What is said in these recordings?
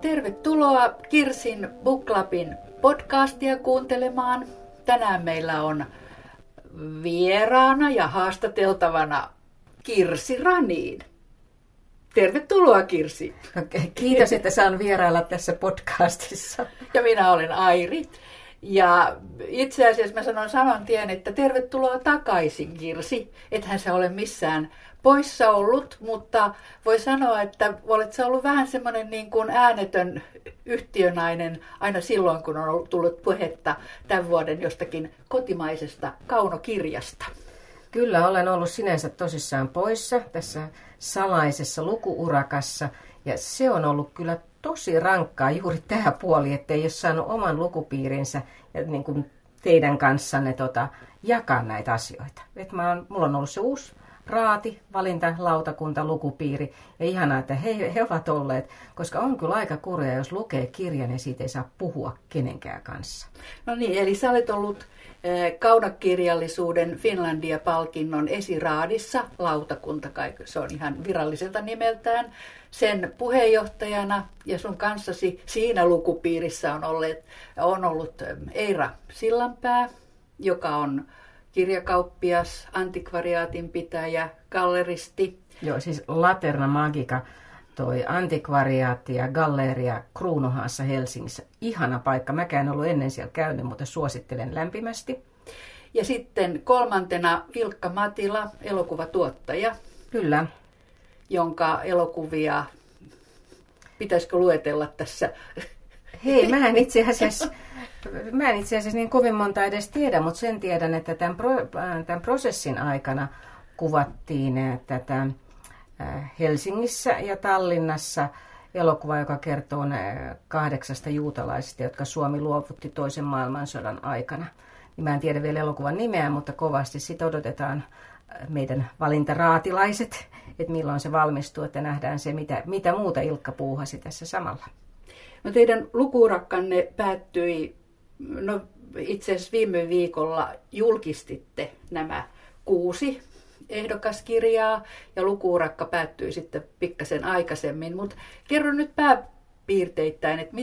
Tervetuloa Kirsin Book Clubin podcastia kuuntelemaan. Tänään meillä on vieraana ja haastateltavana Kirsi Raniin. Tervetuloa Kirsi. Kiitos, että saan vierailla tässä podcastissa. Ja minä olen Airi. Ja itse asiassa mä sanon saman tien, että tervetuloa takaisin Kirsi. Ethän sä ole missään poissa ollut, mutta voi sanoa, että olet sä ollut vähän semmoinen niin kuin äänetön yhtiönainen aina silloin, kun on tullut puhetta tämän vuoden jostakin kotimaisesta kaunokirjasta. Kyllä, olen ollut sinänsä tosissaan poissa tässä salaisessa lukuurakassa ja se on ollut kyllä tosi rankkaa juuri tämä puoli, että ei ole saanut oman lukupiirinsä ja niin kuin teidän kanssanne jakaa näitä asioita. Mulla on ollut se uusi raati, valintalautakunta, lukupiiri ja ihanaa, että he ovat olleet, koska on kyllä aika kurja, jos lukee kirjan ja siitä ei saa puhua kenenkään kanssa. No niin, eli sä olet ollut kaunokirjallisuuden Finlandia-palkinnon esiraadissa, lautakunta kai, se on ihan viralliselta nimeltään, sen puheenjohtajana ja sun kanssasi siinä lukupiirissä on ollut Eira Sillanpää, joka on kirjakauppias, antikvariaatin pitäjä, galleristi. Joo, siis Laterna Magica, toi antikvariaatti ja galleria Kruunuhaassa Helsingissä. Ihana paikka. Mäkään en ollut ennen siellä käynyt, mutta suosittelen lämpimästi. Ja sitten kolmantena Ilkka Matila, elokuvatuottaja. Kyllä. Jonka elokuvia, pitäisikö luetella tässä? Hei, mä en itse asiassa niin kovin monta edes tiedä, mutta sen tiedän, että tämän prosessin aikana kuvattiin tätä Helsingissä ja Tallinnassa elokuva, joka kertoo 8 juutalaisista, jotka Suomi luovutti toisen maailmansodan aikana. Mä en tiedä vielä elokuvan nimeä, mutta kovasti sit odotetaan meidän valintaraatilaiset, että milloin se valmistuu, että nähdään se, mitä muuta Ilkka puuhasi tässä samalla. No teidän lukuurakkanne päättyi, itse asiassa viime viikolla julkistitte nämä 6 ehdokaskirjaa ja lukuurakka päättyi sitten pikkasen aikaisemmin, mutta kerro nyt pääpiirteittäin, että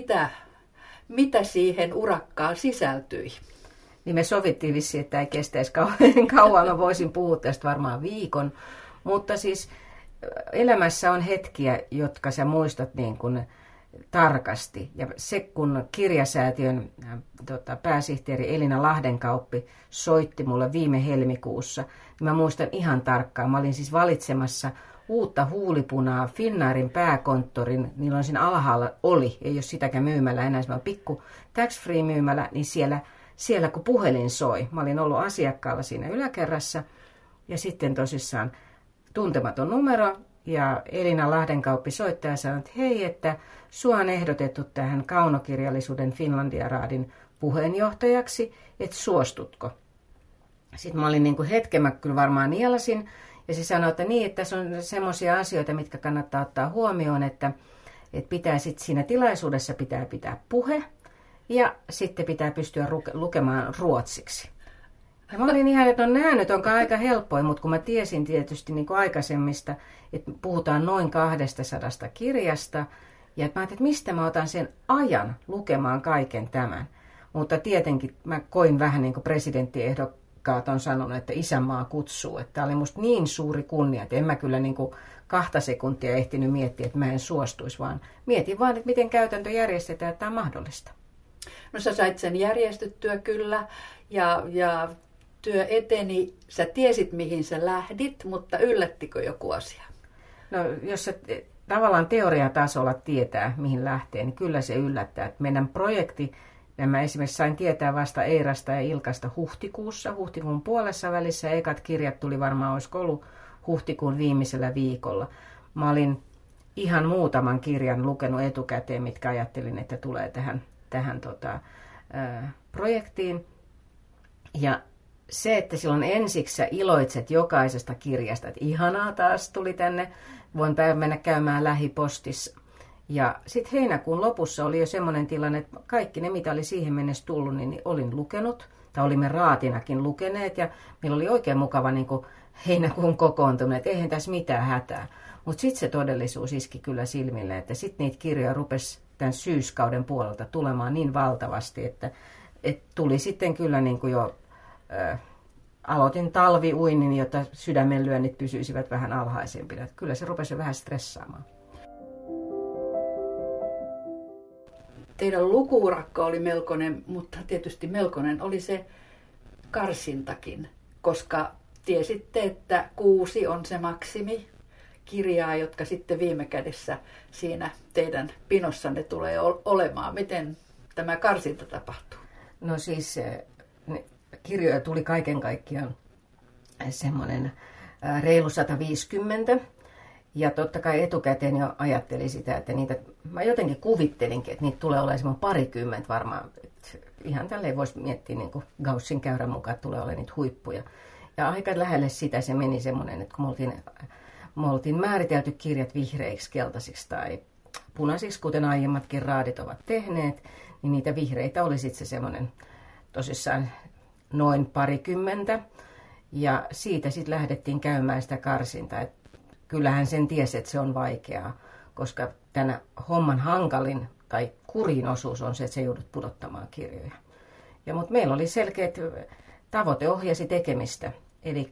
mitä siihen urakkaan sisältyi. Niin me sovittiin vissiin, että ei kestäisi kauan, mä voisin puhua tästä varmaan viikon, mutta siis elämässä on hetkiä, jotka sä muistat niin kuin tarkasti. Ja se, kun Kirjasäätiön pääsihteeri Elina Lahdenkauppi soitti mulle viime helmikuussa, niin mä muistan ihan tarkkaan. Mä olin siis valitsemassa uutta huulipunaa Finnairin pääkonttorin, milloin siinä alhaalla ei ole sitäkään myymällä enää, se on pikku tax-free myymälä, niin siellä kun puhelin soi, mä olin ollut asiakkaalla siinä yläkerrassa ja sitten tosissaan tuntematon numero. Ja Elina Lahdenkauppi soittaa ja sanoi, että hei, että sua on ehdotettu tähän kaunokirjallisuuden Finlandia-raadin puheenjohtajaksi, että suostutko? Sitten mä olin niin kuin hetken, mä kyllä varmaan nielasin, ja se sanoi, että niin, että tässä on semmoisia asioita, mitkä kannattaa ottaa huomioon, että pitää sitten siinä tilaisuudessa pitää puhe, ja sitten pitää pystyä lukemaan ruotsiksi. Ja mä olin ihan, että nämä nyt onkaan aika helppoja, mutta kun mä tiesin tietysti niin kuin aikaisemmista, että puhutaan noin 200 kirjasta, ja että mä ajattelin, että mistä mä otan sen ajan lukemaan kaiken tämän. Mutta tietenkin mä koin vähän niin kuin presidenttiehdokkaat on sanonut, että isänmaa kutsuu. Että tämä oli musta niin suuri kunnia, että en mä kyllä niin kuin 2 sekuntia ehtinyt miettiä, että mä en suostuisi, vaan mietin vaan, että miten käytäntö järjestetään, että tämä on mahdollista. No sä sait sen järjestettyä kyllä, ja työ eteni, sä tiesit mihin sä lähdit, mutta yllättikö joku asia? No jos sä tavallaan teoriatasolla tietää mihin lähtee, niin kyllä se yllättää. Että meidän projekti, ja mä esimerkiksi sain tietää vasta Eirasta ja Ilkasta huhtikuun puolessa välissä. Ekat kirjat tuli varmaan, olisiko ollut huhtikuun viimeisellä viikolla. Mä olin ihan muutaman kirjan lukenut etukäteen, mitkä ajattelin, että tulee tähän projektiin. Ja se, että silloin ensiksi sä iloitset jokaisesta kirjasta, että ihanaa taas tuli tänne, voin mennä käymään lähipostissa. Ja sitten heinäkuun lopussa oli jo semmoinen tilanne, että kaikki ne, mitä oli siihen mennessä tullut, niin olin lukenut, tai olimme raatinakin lukeneet, ja meillä oli oikein mukava niin kuin heinäkuun kokoontuminen, että eihän tässä mitään hätää. Mutta sitten se todellisuus iski kyllä silmille, että sitten niitä kirjoja rupesi tämän syyskauden puolelta tulemaan niin valtavasti, että tuli sitten kyllä niin kuin jo, aloitin talviuinnin, jotta sydämenlyönnit pysyisivät vähän alhaisempina. Kyllä se rupesi vähän stressaamaan. Teidän lukuurakka oli melkoinen, mutta tietysti melkoinen oli se karsintakin, koska tiesitte, että 6 on se maksimi kirjaa, jotka sitten viime kädessä siinä teidän pinossanne tulee olemaan. Miten tämä karsinta tapahtuu? No siis kirjoja tuli kaiken kaikkiaan semmoinen reilu 150. Ja totta kai etukäteen jo ajattelin sitä, että mä jotenkin kuvittelinkin, että niitä tulee olemaan semmoinen 20 varmaan. Ihan tälleen voisi miettiä niin kuin Gaussin käyrän mukaan, että tulee olemaan niitä huippuja. Ja aika lähelle sitä se meni semmoinen, että kun me oltiin määritelty kirjat vihreiksi, keltaisiksi tai punaisiksi, kuten aiemmatkin raadit ovat tehneet, niin niitä vihreitä oli sitten se semmoinen tosissaan noin 20. Ja siitä sitten lähdettiin käymään sitä karsintaa. Kyllähän sen tiesi, että se on vaikeaa, koska tänä homman hankalin tai kurin osuus on se, että sä joudut pudottamaan kirjoja. Mutta meillä oli selkeät tavoite ohjasi tekemistä, eli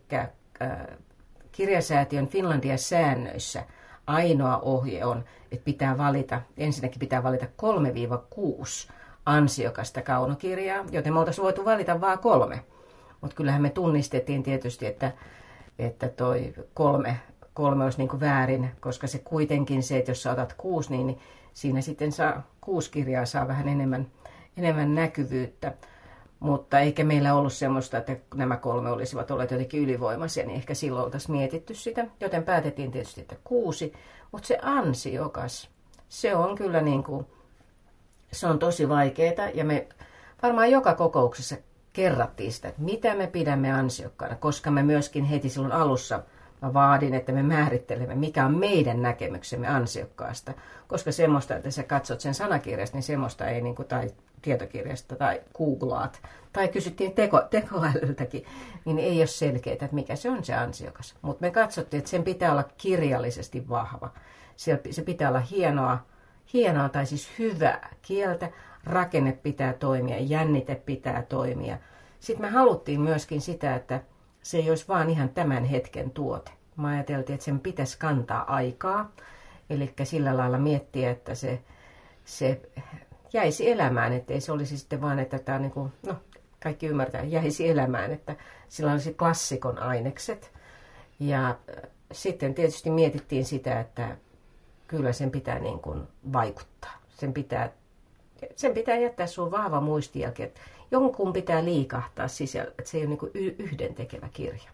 kirjasäätiön Finlandia-säännöissä ainoa ohje on, että ensinnäkin pitää valita 3-6 ansiokasta kaunokirjaa, joten me oltaisiin voitu valita vain 3. Mutta kyllähän me tunnistettiin tietysti, että toi 3 olisi niin kuin väärin, koska se kuitenkin se, että jos sä otat 6, niin siinä sitten 6 kirjaa saa vähän enemmän näkyvyyttä. Mutta eikä meillä ollut semmoista, että nämä 3 olisivat olleet jotenkin ylivoimaisia, niin ehkä silloin oltaisiin mietitty sitä. Joten päätettiin tietysti, että 6, mutta se ansiokas, se on kyllä niin kuin, se on tosi vaikeaa. Ja me varmaan joka kokouksessa kerrattiin sitä, että mitä me pidämme ansiokkaana, koska me myöskin heti silloin alussa mä vaadin, että me määrittelemme, mikä on meidän näkemyksemme ansiokkaasta. Koska semmoista, että sä katsot sen sanakirjasta, niin semmoista ei, niin kuin, tai tietokirjasta, tai googlaat, tai kysyttiin tekoälyltäkin, niin ei ole selkeää, että mikä se on se ansiokas. Mutta me katsottiin, että sen pitää olla kirjallisesti vahva. Se pitää olla hienoa tai siis hyvää kieltä, rakenne pitää toimia, jännite pitää toimia. Sitten me haluttiin myöskin sitä, että se ei olisi vaan ihan tämän hetken tuote. Mä ajateltiin, että sen pitäisi kantaa aikaa, eli sillä lailla miettiä, että se jäisi elämään, ettei se olisi sitten vaan, että tämä niin kuin, no kaikki ymmärtää, jäisi elämään, että sillä olisi klassikon ainekset. Ja sitten tietysti mietittiin sitä, että kyllä sen pitää niin kuin vaikuttaa. Sen pitää jättää sun vahva muistijälki, että jonkun pitää liikahtaa sisällä, että se ei ole niin kuin yhdentekevä kirja.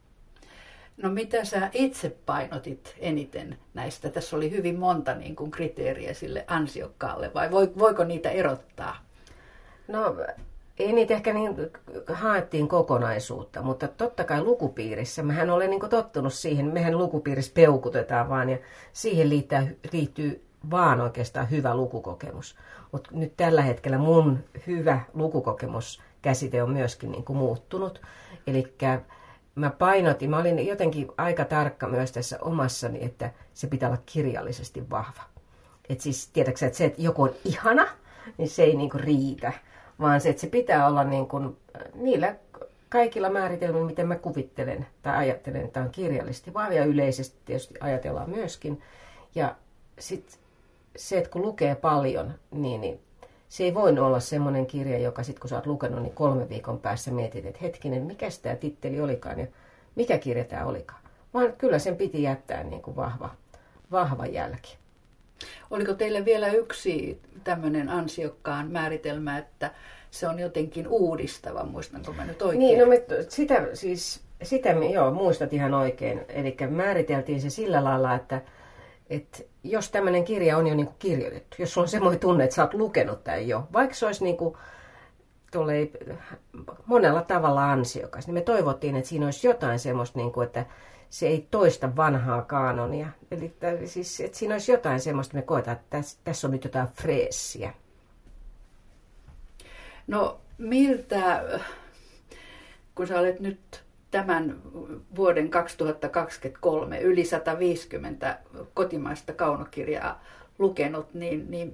No mitä sä itse painotit eniten näistä? Tässä oli hyvin monta niin kuin kriteeriä sille ansiokkaalle, vai voiko niitä erottaa? No ei niitä ehkä niin haettiin kokonaisuutta, mutta totta kai lukupiirissä. Mähän olen niin kuin tottunut siihen, mehän lukupiirissä peukutetaan vaan ja siihen liittyy vaan oikeastaan hyvä lukukokemus. Mutta nyt tällä hetkellä mun hyvä lukukokemuskäsite on myöskin niin kuin muuttunut. Elikkä mä olin jotenkin aika tarkka myös tässä omassani, että se pitää olla kirjallisesti vahva. Et siis tiedätkö että se, että joku on ihana, niin se ei niinku riitä, vaan se, että se pitää olla niinku, niillä kaikilla määritelmillä, miten mä kuvittelen tai ajattelen, että on kirjallisesti vahva ja yleisesti tietysti ajatellaan myöskin. Ja sitten se, että kun lukee paljon, niin se ei voinut olla semmoinen kirja, joka sitten kun sä oot lukenut, niin 3 viikon päässä mietit, että hetkinen, mikä tämä titteli olikaan ja mikä kirja tämä olikaan. Vaan kyllä sen piti jättää niin kuin vahva jälki. Oliko teille vielä yksi tämmöinen ansiokkaan määritelmä, että se on jotenkin uudistava, muistanko mä nyt oikein? Niin, no sitä muistat ihan oikein. Eli määriteltiin se sillä lailla, että jos tämmöinen kirja on jo niin kuin kirjoitettu, jos sulla on semmoinen tunne, että sä oot lukenut tämän jo, vaikka se olisi niin kuin, monella tavalla ansiokas, niin me toivottiin, että siinä olisi jotain semmoista, niin kuin, että se ei toista vanhaa kaanonia. Eli siis, että siinä olisi jotain semmoista, me koetaan, että tässä on nyt jotain freessiä. No miltä, kun sä olet nyt tämän vuoden 2023 yli 150 kotimaista kaunokirjaa lukenut, niin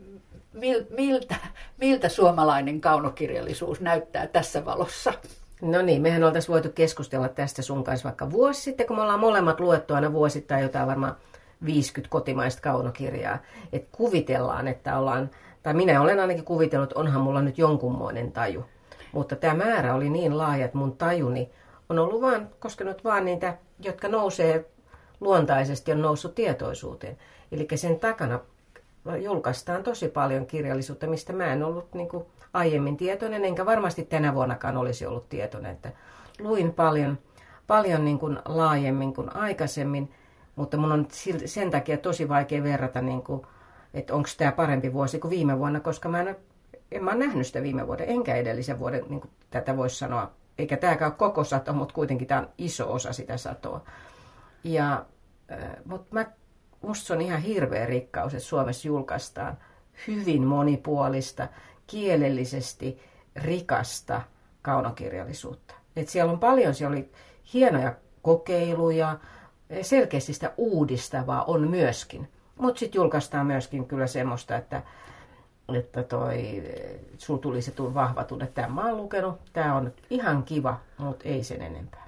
miltä suomalainen kaunokirjallisuus näyttää tässä valossa? No niin, mehän oltaisiin voitu keskustella tästä sun kanssa vaikka vuosi sitten, kun me ollaan molemmat luettu aina vuosittain jotain varmaan 50 kotimaista kaunokirjaa. Että kuvitellaan, että ollaan, tai minä olen ainakin kuvitellut, että onhan mulla nyt jonkunmoinen taju. Mutta tämä määrä oli niin laaja, että mun tajuni on ollut vaan, koskenut vaan niitä, jotka nousee luontaisesti, on noussut tietoisuuteen. Eli sen takana julkaistaan tosi paljon kirjallisuutta, mistä mä en ollut niin kuin aiemmin tietoinen, enkä varmasti tänä vuonnakaan olisi ollut tietoinen. Että luin paljon niin kuin laajemmin kuin aikaisemmin, mutta mun on sen takia tosi vaikea verrata, niin kuin, että onko tämä parempi vuosi kuin viime vuonna, koska en mä ole nähnyt sitä viime vuoden, enkä edellisen vuoden, niin kuin tätä voisi sanoa. Eikä tämäkään ole koko sato, mutta kuitenkin tämä on iso osa sitä satoa. Mutta musta se on ihan hirveä rikkaus, että Suomessa julkaistaan hyvin monipuolista, kielellisesti rikasta kaunokirjallisuutta. Et siellä oli hienoja kokeiluja, selkeästi sitä uudistavaa on myöskin. Mutta sitten julkaistaan myöskin kyllä semmoista, että sulla tuli se vahva tunne, että tämä mä oon lukenut, tämä on ihan kiva, mutta ei sen enempää.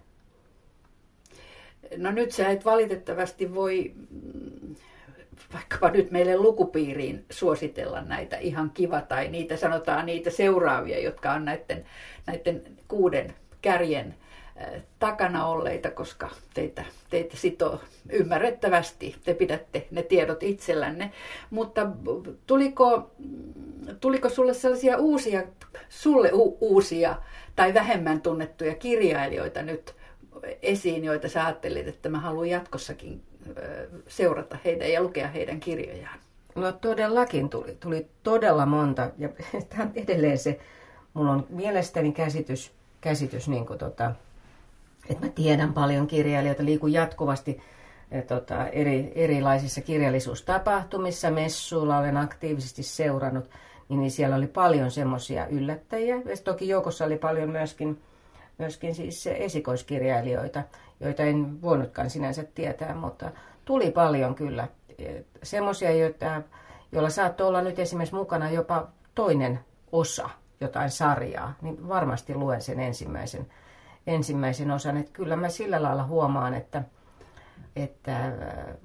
No nyt sä et valitettavasti voi vaikkapa nyt meille lukupiiriin suositella näitä ihan kiva tai niitä sanotaan niitä seuraavia, jotka on näiden 6 kärjen takana olleita, koska teitä sitoo ymmärrettävästi, te pidätte ne tiedot itsellänne. Mutta tuliko sulle sellaisia uusia tai vähemmän tunnettuja kirjailijoita nyt esiin, joita sä ajattelit, että mä haluan jatkossakin seurata heidän ja lukea heidän kirjojaan? No todellakin tuli todella monta, ja tämä on edelleen se, mulla on mielestäni käsitys niin kuin että mä tiedän paljon kirjailijoita, liikun jatkuvasti erilaisissa kirjallisuustapahtumissa, messuilla olen aktiivisesti seurannut, niin siellä oli paljon semmoisia yllättäjiä. Ja toki joukossa oli paljon myöskin siis esikoiskirjailijoita, joita en voinutkaan sinänsä tietää, mutta tuli paljon kyllä semmoisia, joilla saattoi olla nyt esimerkiksi mukana jopa toinen osa jotain sarjaa, niin varmasti luen sen ensimmäisen osan. Että kyllä mä sillä lailla huomaan, että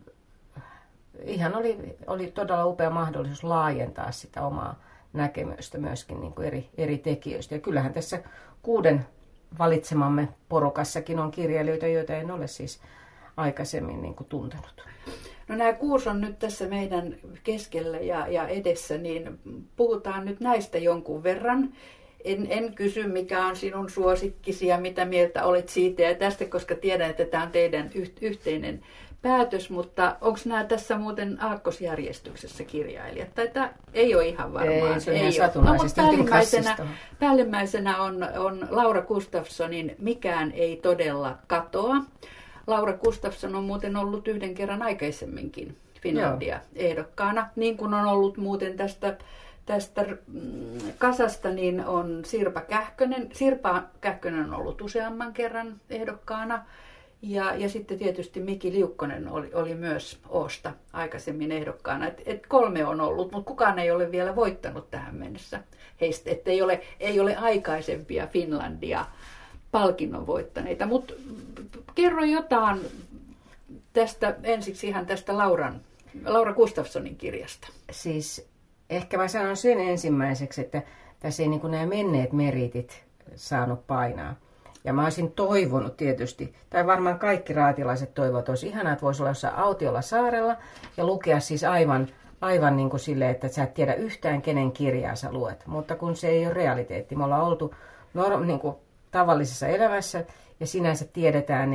ihan oli todella upea mahdollisuus laajentaa sitä omaa näkemystä myöskin niin kuin eri tekijöistä. Ja kyllähän tässä 6 valitsemamme porukassakin on kirjailijoita, joita en ole siis aikaisemmin niin kuin tuntenut. No nämä 6 on nyt tässä meidän keskellä ja edessä, niin puhutaan nyt näistä jonkun verran. En kysy, mikä on sinun suosikkisi ja mitä mieltä olet siitä ja tästä, koska tiedän, että tämä on teidän yhteinen päätös, mutta onko nämä tässä muuten aakkosjärjestyksessä kirjailijat? Tai tämä ei ole ihan varmaan. Ei, se on ihan satunnaisesti. Päällimmäisenä on Laura Gustafssonin Mikään ei todella katoa. Laura Gustafsson on muuten ollut 1 kerran aikaisemminkin Finlandia-ehdokkaana, niin kuin on ollut muuten tästä kasasta, niin on Sirpa Kähkönen. Sirpa Kähkönen on ollut useamman kerran ehdokkaana. Ja sitten tietysti Miki Liukkonen oli myös Oosta aikaisemmin ehdokkaana. Et 3 on ollut, mutta kukaan ei ole vielä voittanut tähän mennessä heistä. Että ei ole aikaisempia Finlandia-palkinnon voittaneita. Mutta kerro jotain ensiksi ihan tästä Laura Gustafssonin kirjasta. Siis ehkä mä sanon sen ensimmäiseksi, että tässä ei niin kuin nämä menneet meritit saanut painaa. Ja mä olisin toivonut tietysti, tai varmaan kaikki raatilaiset toivovat, että olisi ihanaa, että voisi olla jossain autiolla saarella ja lukea siis aivan niin kuin silleen, että sä et tiedä yhtään kenen kirjaa sä luet. Mutta kun se ei ole realiteetti, me ollaan oltu niin kuin tavallisessa elämässä ja sinänsä tiedetään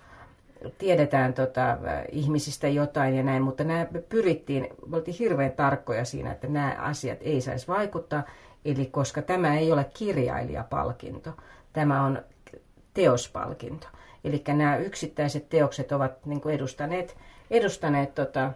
ihmisistä jotain ja näin, mutta me oltiin hirveän tarkkoja siinä, että nämä asiat ei saisi vaikuttaa, eli koska tämä ei ole kirjailijapalkinto, tämä on teospalkinto. Eli nämä yksittäiset teokset ovat niin kuin edustaneet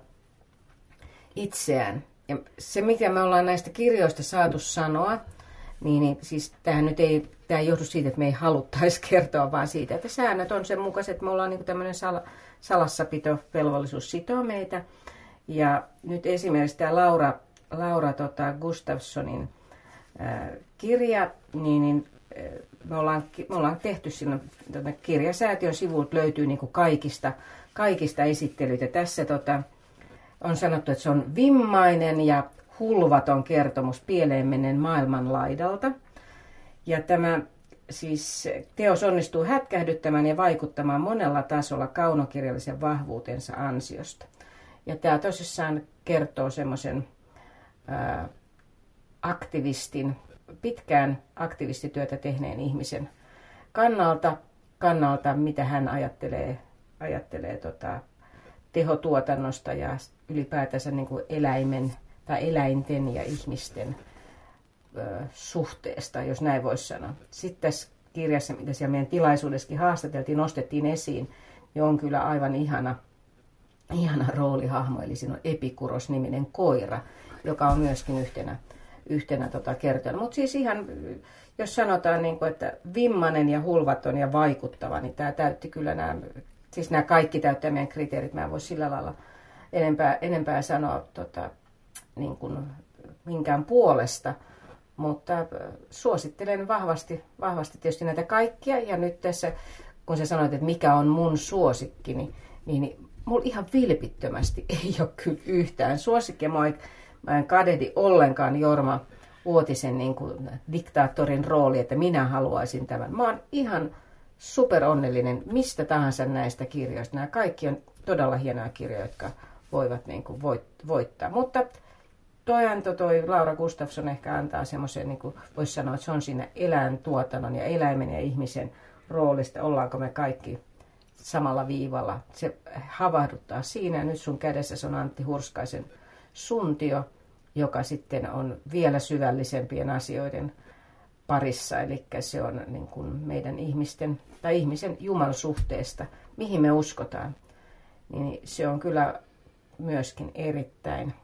itseään. Ja se, mitä me ollaan näistä kirjoista saatu sanoa, niin siis tämä ei johdu siitä, että me ei haluttaisi kertoa, vaan siitä, että säännöt on sen mukaiset, että me ollaan niin kuin tämmöinen salassapitovelvollisuus sitoo meitä. Ja nyt esimerkiksi tämä Laura Gustafssonin kirja, niin me ollaan tehty silloin, kirjasäätiön sivuilta löytyy niin kuin kaikista esittelyitä. Tässä on sanottu, että se on vimmainen ja hulvaton kertomus pieleen menneen maailman laidalta. Ja tämä siis teos onnistuu hätkähdyttämään ja vaikuttamaan monella tasolla kaunokirjallisen vahvuutensa ansiosta. Ja tämä tosissaan kertoo semmoisen aktivistin, pitkään aktivistityötä tehneen ihmisen kannalta mitä hän ajattelee tehotuotannosta ja ylipäätänsä niin kuin eläinten ja ihmisten suhteesta, jos näin voisi sanoa. Sitten tässä kirjassa, mitä siellä meidän tilaisuudessakin haastateltiin, nostettiin esiin, niin on kyllä aivan ihana roolihahmo, eli siinä on Epikuros-niminen koira, joka on myöskin yhtenä kertojana. Mutta siis ihan, jos sanotaan, niin kuin, että vimmainen ja hulvaton ja vaikuttava, niin tämä täytti kyllä nämä kaikki täyttää meidän kriteerit. Mä en voi sillä lailla enempää sanoa niin kuin minkään puolesta, mutta suosittelen vahvasti tietysti näitä kaikkia. Ja nyt tässä, kun sä sanoit, että mikä on mun suosikki, niin mulla ihan vilpittömästi ei ole kyllä yhtään suosikkia. Mä en kadehdi ollenkaan Jorma Uotisen niin kuin diktaattorin rooli, että minä haluaisin tämän. Mä oon ihan superonnellinen mistä tahansa näistä kirjoista. Nämä kaikki on todella hienoja kirjoja, jotka voivat niin kuin voittaa. Mutta toi Laura Gustafsson ehkä antaa semmoisen, niin kuin voisi sanoa, että se on siinä eläintuotannon ja eläimen ja ihmisen roolista. Ollaanko me kaikki samalla viivalla. Se havahduttaa siinä. Nyt sun kädessä on Antti Hurskaisen Suntio, joka sitten on vielä syvällisempien asioiden parissa. Eli se on niin kuin meidän ihmisen jumalsuhteesta, mihin me uskotaan. Niin se on kyllä myöskin erittäin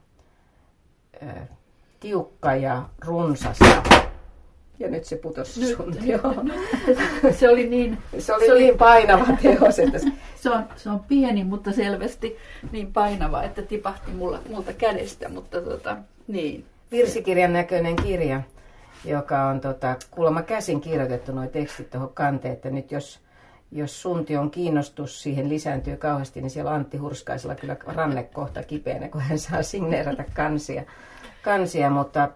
tiukka ja runsas. Ja nyt se putosi Suntio. Se oli niin painava teos. Että se on pieni, mutta selvästi niin painava, että tipahti multa kädestä. Mutta niin. Virsikirjan näköinen kirja, joka on kuulemma käsin kirjoitettu nuo tekstit tuohon kanteen, että nyt jos Suntion kiinnostus siihen lisääntyy kauheasti, niin siellä Antti Hurskaisella kyllä ranne kohta kipeänä, kun hän saa signeerata kansia, mutta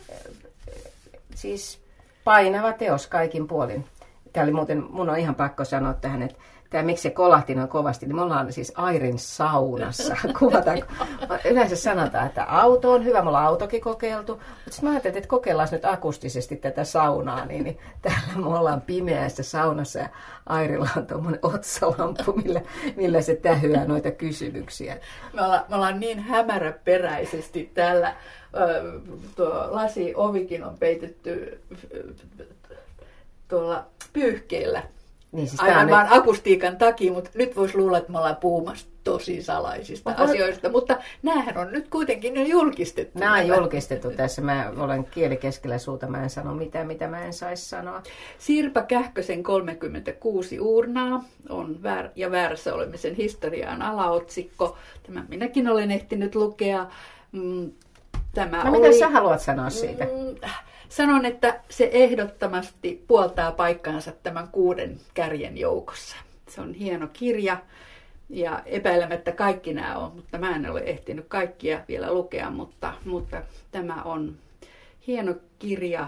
siis painava teos kaikin puolin. Tämä oli muuten, mun on ihan pakko sanoa tähän, että miksi se kolahti noin kovasti, niin me ollaan siis Airin saunassa. Yleensä sanotaan, että auto on hyvä, me ollaan autokin kokeiltu, mutta sitten mä ajattelin, että kokeillaan nyt akustisesti tätä saunaa, niin täällä me ollaan pimeässä saunassa ja Airilla on tuommoinen otsalamppu, millä se tähyää noita kysymyksiä. Me ollaan niin hämäräperäisesti täällä, tuo lasiovikin on peitetty tuolla pyyhkeellä. Niin, siis aivan vaan akustiikan takia, mutta nyt voisi luulla, että me ollaan puhumassa tosi salaisista asioista, mutta näähän on nyt kuitenkin jo julkistettu. Nämä on julkistettu tässä. Mä olen kieli keskellä suuta, mä en sano mitään, mitä mä en saisi sanoa. Sirpa Kähkösen 36 uurnaa on ja väärässä olemisen historiaan alaotsikko. Tämä minäkin olen ehtinyt lukea. Mitä sä haluat sanoa siitä? Sanon, että se ehdottomasti puoltaa paikkaansa tämän 6 kärjen joukossa. Se on hieno kirja ja epäilemättä kaikki nämä on, mutta mä en ole ehtinyt kaikkia vielä lukea, mutta tämä on hieno kirja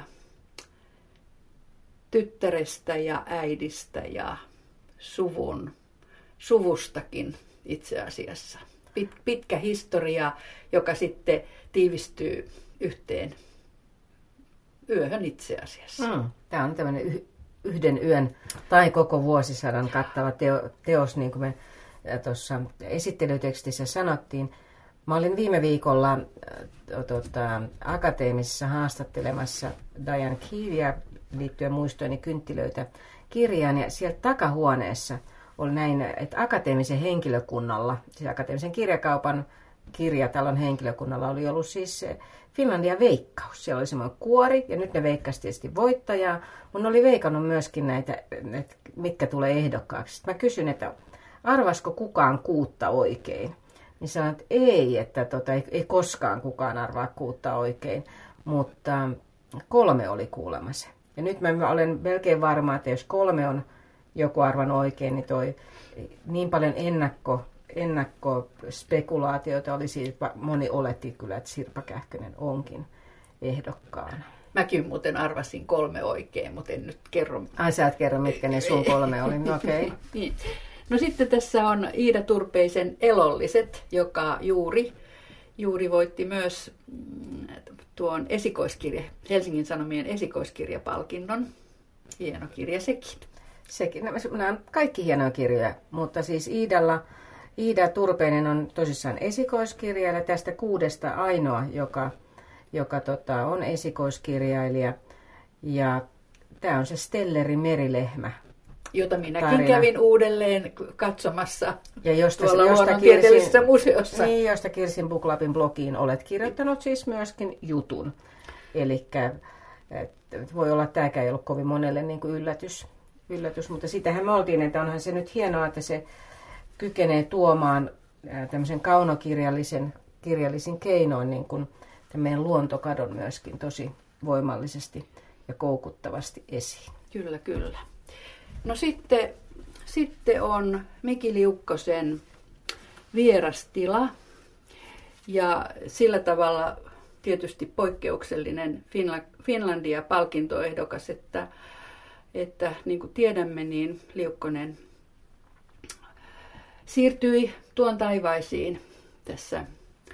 tyttärestä ja äidistä ja suvustakin itse asiassa. Pitkä historia, joka sitten tiivistyy yhteen yöhön itse asiassa. Tämä on tämmöinen yhden yön tai koko vuosisadan kattava teos, niin kuin me tuossa esittelytekstissä sanottiin. Mä olin viime viikolla Akateemisessa haastattelemassa Diane Keelyä liittyen muistoini kynttilöitä kirjaan, ja siellä takahuoneessa oli näin, että akateemisen henkilökunnalla, siis akateemisen kirjakaupan kirjatalon henkilökunnalla oli ollut siis Finlandia veikkaus. Siellä oli semmoinen kuori, ja nyt ne veikkasi tietysti voittajaa, mutta ne oli veikannut myöskin näitä, mitkä tulee ehdokkaaksi. Sitten mä kysyin, että arvasko kukaan 6 oikein. niin sanoin, että ei, että ei koskaan kukaan arvaa 6 oikein, mutta 3 oli kuulemma se. Ja nyt mä olen melkein varma, että jos 3 on joku arvan oikein, niin toi niin paljon ennakkospekulaatioita oli siitä, moni oletti kyllä, että Sirpa Kähkönen onkin ehdokkaana. Mäkin muuten arvasin 3 oikein, mutta en nyt kerro. Ai sä et kerro, mitkä ne sun 3 oli, no okei. Okay. Niin. No sitten tässä on Iida Turpeisen Elolliset, joka juuri voitti myös tuon Helsingin Sanomien esikoiskirjapalkinnon. Hieno kirja sekin. Nämä on kaikki hienoja kirjoja, mutta siis Iida Turpeinen on tosissaan esikoiskirjailija, tästä 6 ainoa, joka on esikoiskirjailija. Ja tämä on se Stellerin Merilehmä. Jota minäkin kävin uudelleen katsomassa ja tuolla luonnontieteellisessä museossa. Niin, josta Kirsin Book Clubin blogiin olet kirjoittanut siis myöskin jutun. Eli voi olla, että tämäkään ei ollut kovin monelle niin kuin yllätys, mutta sitähän me oltiin, että onhan se nyt hienoa, että se kykenee tuomaan tämmöisen kaunokirjallisin keinoin niin kuin meidän luontokadon myöskin tosi voimallisesti ja koukuttavasti esiin. Kyllä, kyllä. No sitten on Miki Liukkosen Vierastila ja sillä tavalla tietysti poikkeuksellinen Finlandia-palkintoehdokas, että niin kuin tiedämme, niin Liukkonen siirtyi tuon taivaisiin tässä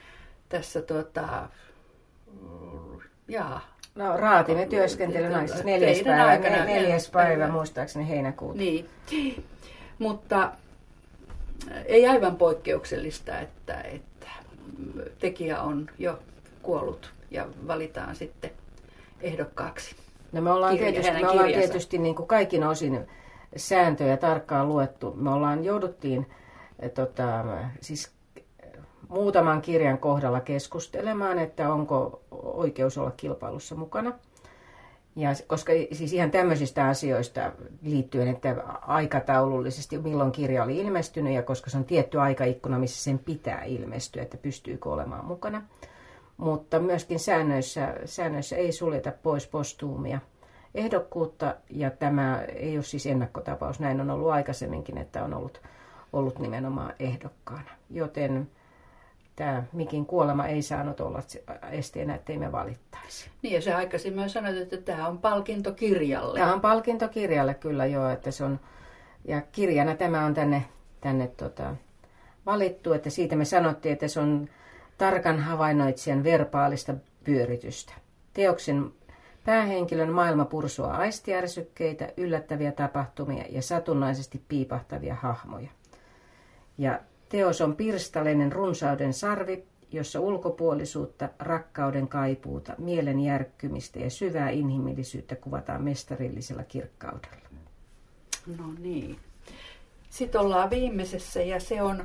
No Raatinen työskentely naisissa 4. päivä muistaakseni heinäkuuta. Niin, mutta ei aivan poikkeuksellista, että tekijä on jo kuollut ja valitaan sitten ehdokkaaksi. No me ollaan tietysti niin kuin kaikin osin sääntöjä tarkkaan luettu. Me jouduttiin siis muutaman kirjan kohdalla keskustelemaan, että onko oikeus olla kilpailussa mukana. Ja koska siis ihan tämmöisistä asioista liittyen, että aikataulullisesti milloin kirja oli ilmestynyt ja koska se on tietty aikaikkuna, missä sen pitää ilmestyä, että pystyykö olemaan mukana. Mutta myöskin säännöissä ei suljeta pois postuumia ehdokkuutta ja tämä ei ole siis ennakkotapaus. Näin on ollut aikaisemminkin, että on ollut nimenomaan ehdokkaana. Joten tämä Mikin kuolema ei saanut olla esteenä, ettei me valittaisi. Niin ja sä aikaisemmin sanoit, että tämä on palkinto kirjalle. Tämä on palkinto kirjalle kyllä joo, että se on, ja kirjana tämä on tänne valittu, että siitä me sanottiin, että se on tarkan havainnoitsijan verbaalista pyöritystä. Teoksen päähenkilön maailma pursuaa aistiärsykkeitä, yllättäviä tapahtumia ja satunnaisesti piipahtavia hahmoja. Ja teos on pirstaleinen runsauden sarvi, jossa ulkopuolisuutta, rakkauden kaipuuta, mielen järkkymistä ja syvää inhimillisyyttä kuvataan mestarillisella kirkkaudella. No niin. Sitten ollaan viimeisessä ja se on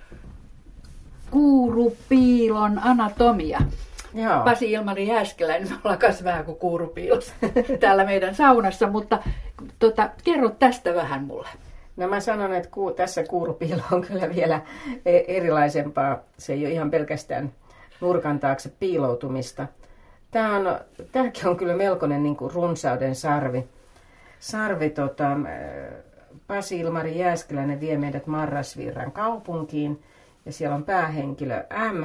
Kuurupiilon anatomia. Joo. Pasi Ilmari Jääskeläinen, me ollaan myös vähän kuin kuurupiilossa täällä meidän saunassa, mutta kerro tästä vähän mulle. No mä sanon, että tässä kuurupiilo on kyllä vielä erilaisempaa. Se ei ole ihan pelkästään nurkan taakse piiloutumista. Tämäkin on kyllä melkoinen niin kuin runsauden sarvi. Pasi Ilmari Jääskeläinen vie meidät Marrasvirran kaupunkiin ja siellä on päähenkilö M,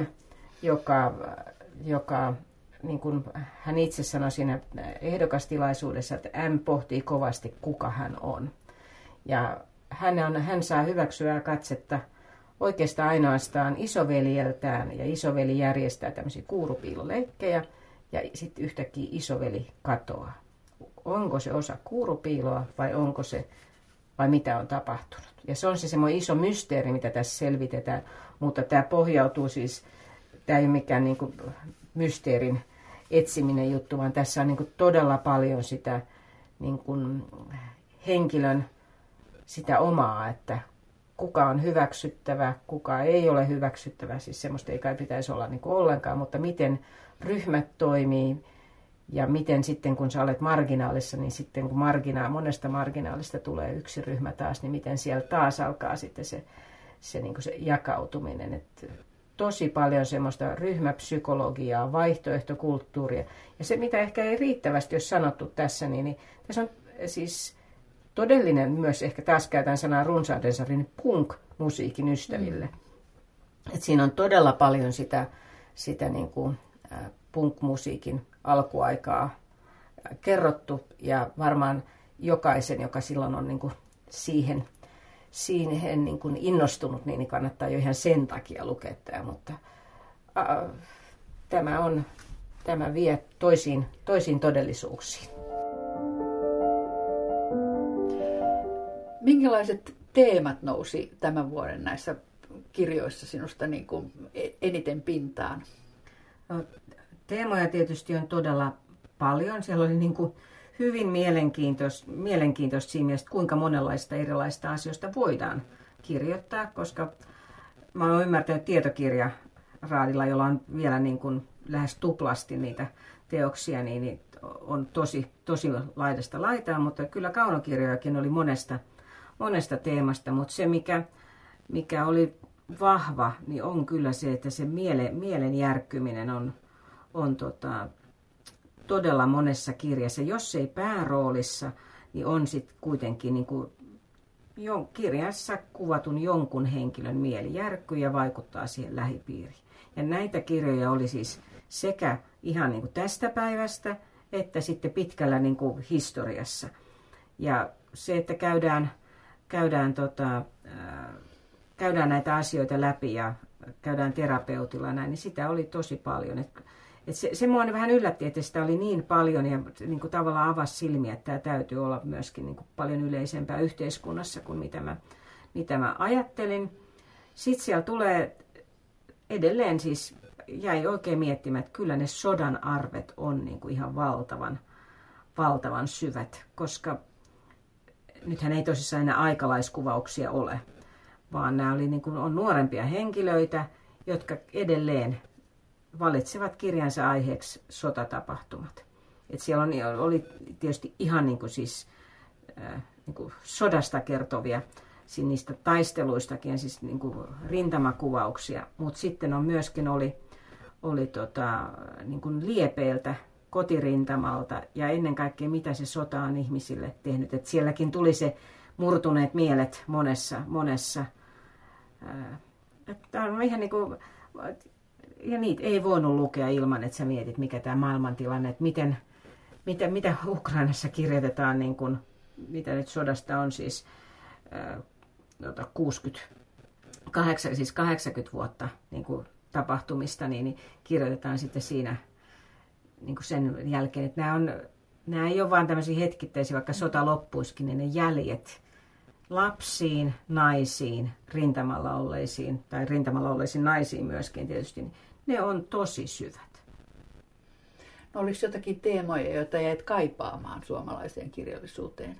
joka niin kuin hän itse sanoi siinä ehdokastilaisuudessa, että M pohtii kovasti, kuka hän on. Ja hän saa hyväksyä katsetta oikeastaan ainoastaan isoveljeltään, ja isoveli järjestää tämmöisiä kuurupiiloleikkejä, ja sitten yhtäkkiä isoveli katoaa. Onko se osa kuurupiiloa vai mitä on tapahtunut? Ja se on se semmoinen iso mysteeri, mitä tässä selvitetään, mutta tämä pohjautuu siis, tämä ei ole mikään niin kuin mysteerin etsiminen juttu, vaan tässä on niin kuin todella paljon sitä niin kuin henkilön sitä omaa, että kuka on hyväksyttävä, kuka ei ole hyväksyttävä, siis semmoista ei kai pitäisi olla niin kuin ollenkaan, mutta miten ryhmät toimii ja miten sitten kun sä olet marginaalissa, niin sitten kun monesta marginaalista tulee yksi ryhmä taas, niin miten siellä taas alkaa sitten se, niin kuin se jakautuminen. Että tosi paljon semmoista ryhmäpsykologiaa, vaihtoehtokulttuuria. Ja se, mitä ehkä ei riittävästi ole sanottu tässä, niin tässä on siis todellinen myös, ehkä taas käytän sanaa runsaudensa, niin punk-musiikin ystäville. Et siinä on todella paljon sitä niin kuin punk-musiikin alkuaikaa kerrottu, ja varmaan jokaisen, joka silloin on niin kuin siihen niin kuin innostunut, niin kannattaa jo ihan sen takia lukea tämä, mutta tämä vie toisiin todellisuuksiin. Minkälaiset teemat nousi tämän vuoden näissä kirjoissa sinusta niin kuin eniten pintaan? No, teemoja tietysti on todella paljon. Siellä oli niin kuin hyvin mielenkiintoista siinä mielessä, kuinka monenlaista erilaista asioista voidaan kirjoittaa, koska mä olen ymmärtänyt tietokirjaraadilla, jolla on vielä niin kuin lähes tuplasti niitä teoksia, niin on tosi laidasta laitaan, mutta kyllä kaunokirjojakin oli monesta teemasta, mutta se mikä oli vahva, niin on kyllä se, että se mielen järkkyminen on todella monessa kirjassa. Jos ei pääroolissa, niin on sitten kuitenkin niin kuin kirjassa kuvatun jonkun henkilön mieli järkkyy ja vaikuttaa siihen lähipiiriin. Ja näitä kirjoja oli siis sekä ihan niin kuin tästä päivästä, että sitten pitkällä niin kuin historiassa. Ja se, että käydään näitä asioita läpi ja käydään terapeutilla näin, niin sitä oli tosi paljon. Se mua vähän yllätti, että sitä oli niin paljon ja niin kuin tavallaan avasi silmiä, että tämä täytyy olla myöskin niin kuin paljon yleisempää yhteiskunnassa kuin mitä mä ajattelin. Sitten siellä tulee edelleen siis, jäi oikein miettimään, että kyllä ne sodan arvet on niin kuin ihan valtavan syvät, koska nythän ei tosissaan enää aikalaiskuvauksia ole, vaan nämä on nuorempia henkilöitä, jotka edelleen valitsevat kirjansa aiheeksi sotatapahtumat. Et siellä oli tietysti ihan niin kuin sodasta kertovia, niistä taisteluistakin, siis niin kuin rintamakuvauksia, mutta sitten on myöskin oli niin kuin liepeiltä, kotirintamalta ja ennen kaikkea mitä se sota on ihmisille tehnyt. Et sielläkin tuli se murtuneet mielet monessa. Tämä on ihan niin kuin, ja niitä ei voinut lukea ilman, että sä mietit, mikä tämä maailmantilanne, että mitä Ukrainassa kirjoitetaan, niin kuin, mitä nyt sodasta on siis 80 vuotta niin kuin tapahtumista, niin kirjoitetaan sitten siinä niin kuin sen jälkeen, että nämä ei ole vain tämmöisiä hetkittäisiä, vaikka sota loppuisikin, niin ne jäljet lapsiin, naisiin, rintamalla olleisiin naisiin myöskin tietysti, niin ne on tosi syvät. No, oliko jotakin teemoja, joita jäit kaipaamaan suomalaiseen kirjallisuuteen?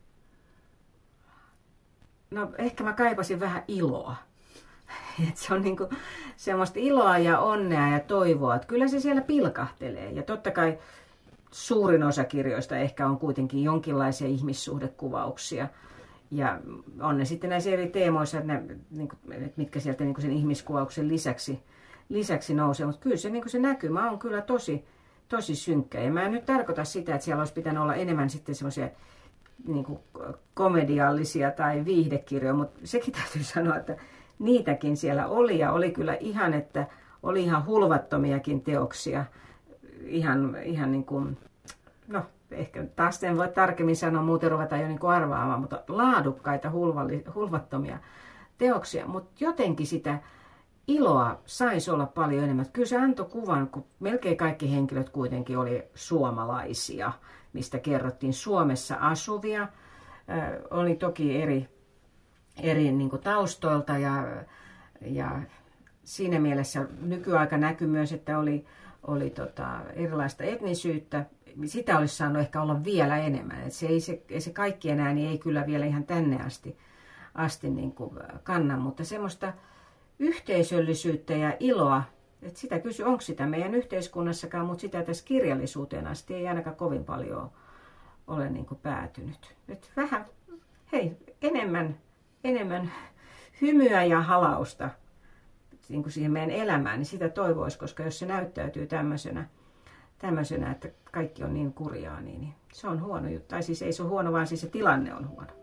No ehkä mä kaipasin vähän iloa. Et se on niinku semmoista iloa ja onnea ja toivoa, että kyllä se siellä pilkahtelee. Ja totta kai suurin osa kirjoista ehkä on kuitenkin jonkinlaisia ihmissuhdekuvauksia. Ja on ne sitten näissä eri teemoissa, että mitkä sieltä niinku sen ihmiskuvauksen lisäksi nousee. Mutta kyllä se näkymä on kyllä tosi synkkä. Ja mä en nyt tarkoita sitä, että siellä olisi pitänyt olla enemmän sitten semmoisia niinku komediallisia tai viihdekirjoja, mutta sekin täytyy sanoa, että niitäkin siellä oli ja oli kyllä ihan, että oli ihan hulvattomiakin teoksia. Ihan niin kuin, no ehkä taas en voi tarkemmin sanoa, muuten ruvetaan jo niin kuin arvaamaan, mutta laadukkaita hulvattomia teoksia. Mutta jotenkin sitä iloa saisi olla paljon enemmän. Kyllä se antoi kuvan, kun melkein kaikki henkilöt kuitenkin oli suomalaisia, mistä kerrottiin Suomessa asuvia. Oli toki eri niin kuin taustoilta ja siinä mielessä nykyaika näkyy myös, että oli erilaista etnisyyttä. Sitä olisi saanut ehkä olla vielä enemmän. Et se kaikkien ääni ei kyllä vielä ihan tänne asti niin kuin kanna, mutta semmoista yhteisöllisyyttä ja iloa, että sitä kysy, onko sitä meidän yhteiskunnassakaan, mutta sitä tässä kirjallisuuteen asti ei ainakaan kovin paljon ole niin kuin päätynyt. Et vähän, enemmän hymyä ja halausta niin kuin siihen meidän elämään, niin sitä toivoisi, koska jos se näyttäytyy tämmöisenä, että kaikki on niin kurjaa, niin se on huono juttu. Tai siis ei se ole huono, vaan siis se tilanne on huono.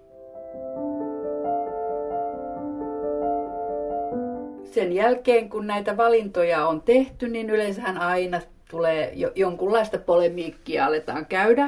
Sen jälkeen, kun näitä valintoja on tehty, niin yleensähän aina tulee jonkunlaista polemiikkia aletaan käydä.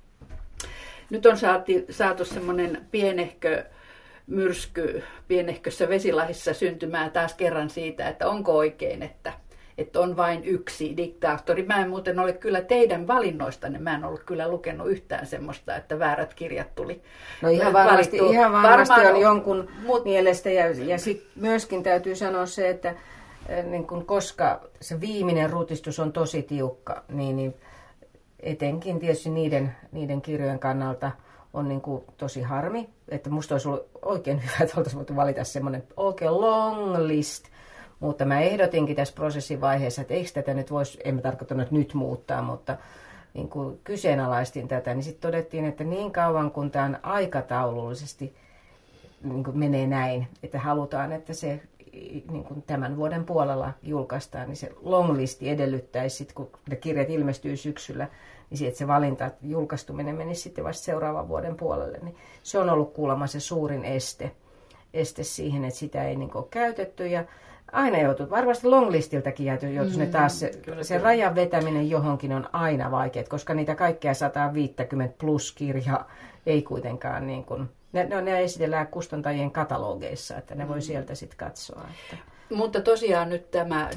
Nyt on saatu semmoinen pienehkö myrsky pienehkössä vesilahissa syntymään taas kerran siitä, että onko oikein, että on vain yksi diktaattori. Mä en muuten ole kyllä teidän valinnoistanne, mä en ollut kyllä lukenut yhtään semmoista, että väärät kirjat tuli. No ihan varmasti on jonkun mielestä ja sitten myöskin täytyy sanoa se, että niin kun, koska se viimeinen rutistus on tosi tiukka, niin etenkin tietysti niiden kirjojen kannalta on niin kuin tosi harmi, että musta olisi ollut oikein hyvä, että oltaisiin voitu valita semmoinen oikein long list, mutta mä ehdotinkin tässä prosessin vaiheessa, että eikö tätä nyt voisi, en mä tarkoittanut nyt muuttaa, mutta niin kuin kyseenalaistin tätä, niin sitten todettiin, että niin kauan kun tämä on aikataulullisesti niin kuin menee näin, että halutaan, että se niin kuin tämän vuoden puolella julkaistaan, niin se long listi edellyttäisi, sit, kun ne kirjat ilmestyy syksyllä, niin että se valinta, julkaistuminen menisi sitten vasta seuraavan vuoden puolelle. Niin se on ollut kuulemma se suurin este siihen, että sitä ei niin kuin ole käytetty. Ja aina joutuu, varmasti longlistiltäkin joutuisi ne taas, se rajan vetäminen johonkin on aina vaikeaa, koska niitä kaikkea 150 plus kirjaa ei kuitenkaan, niin kuin, ne esitellään kustantajien katalogeissa, että ne voi sieltä sitten katsoa. Että. Mutta tosiaan nyt tämä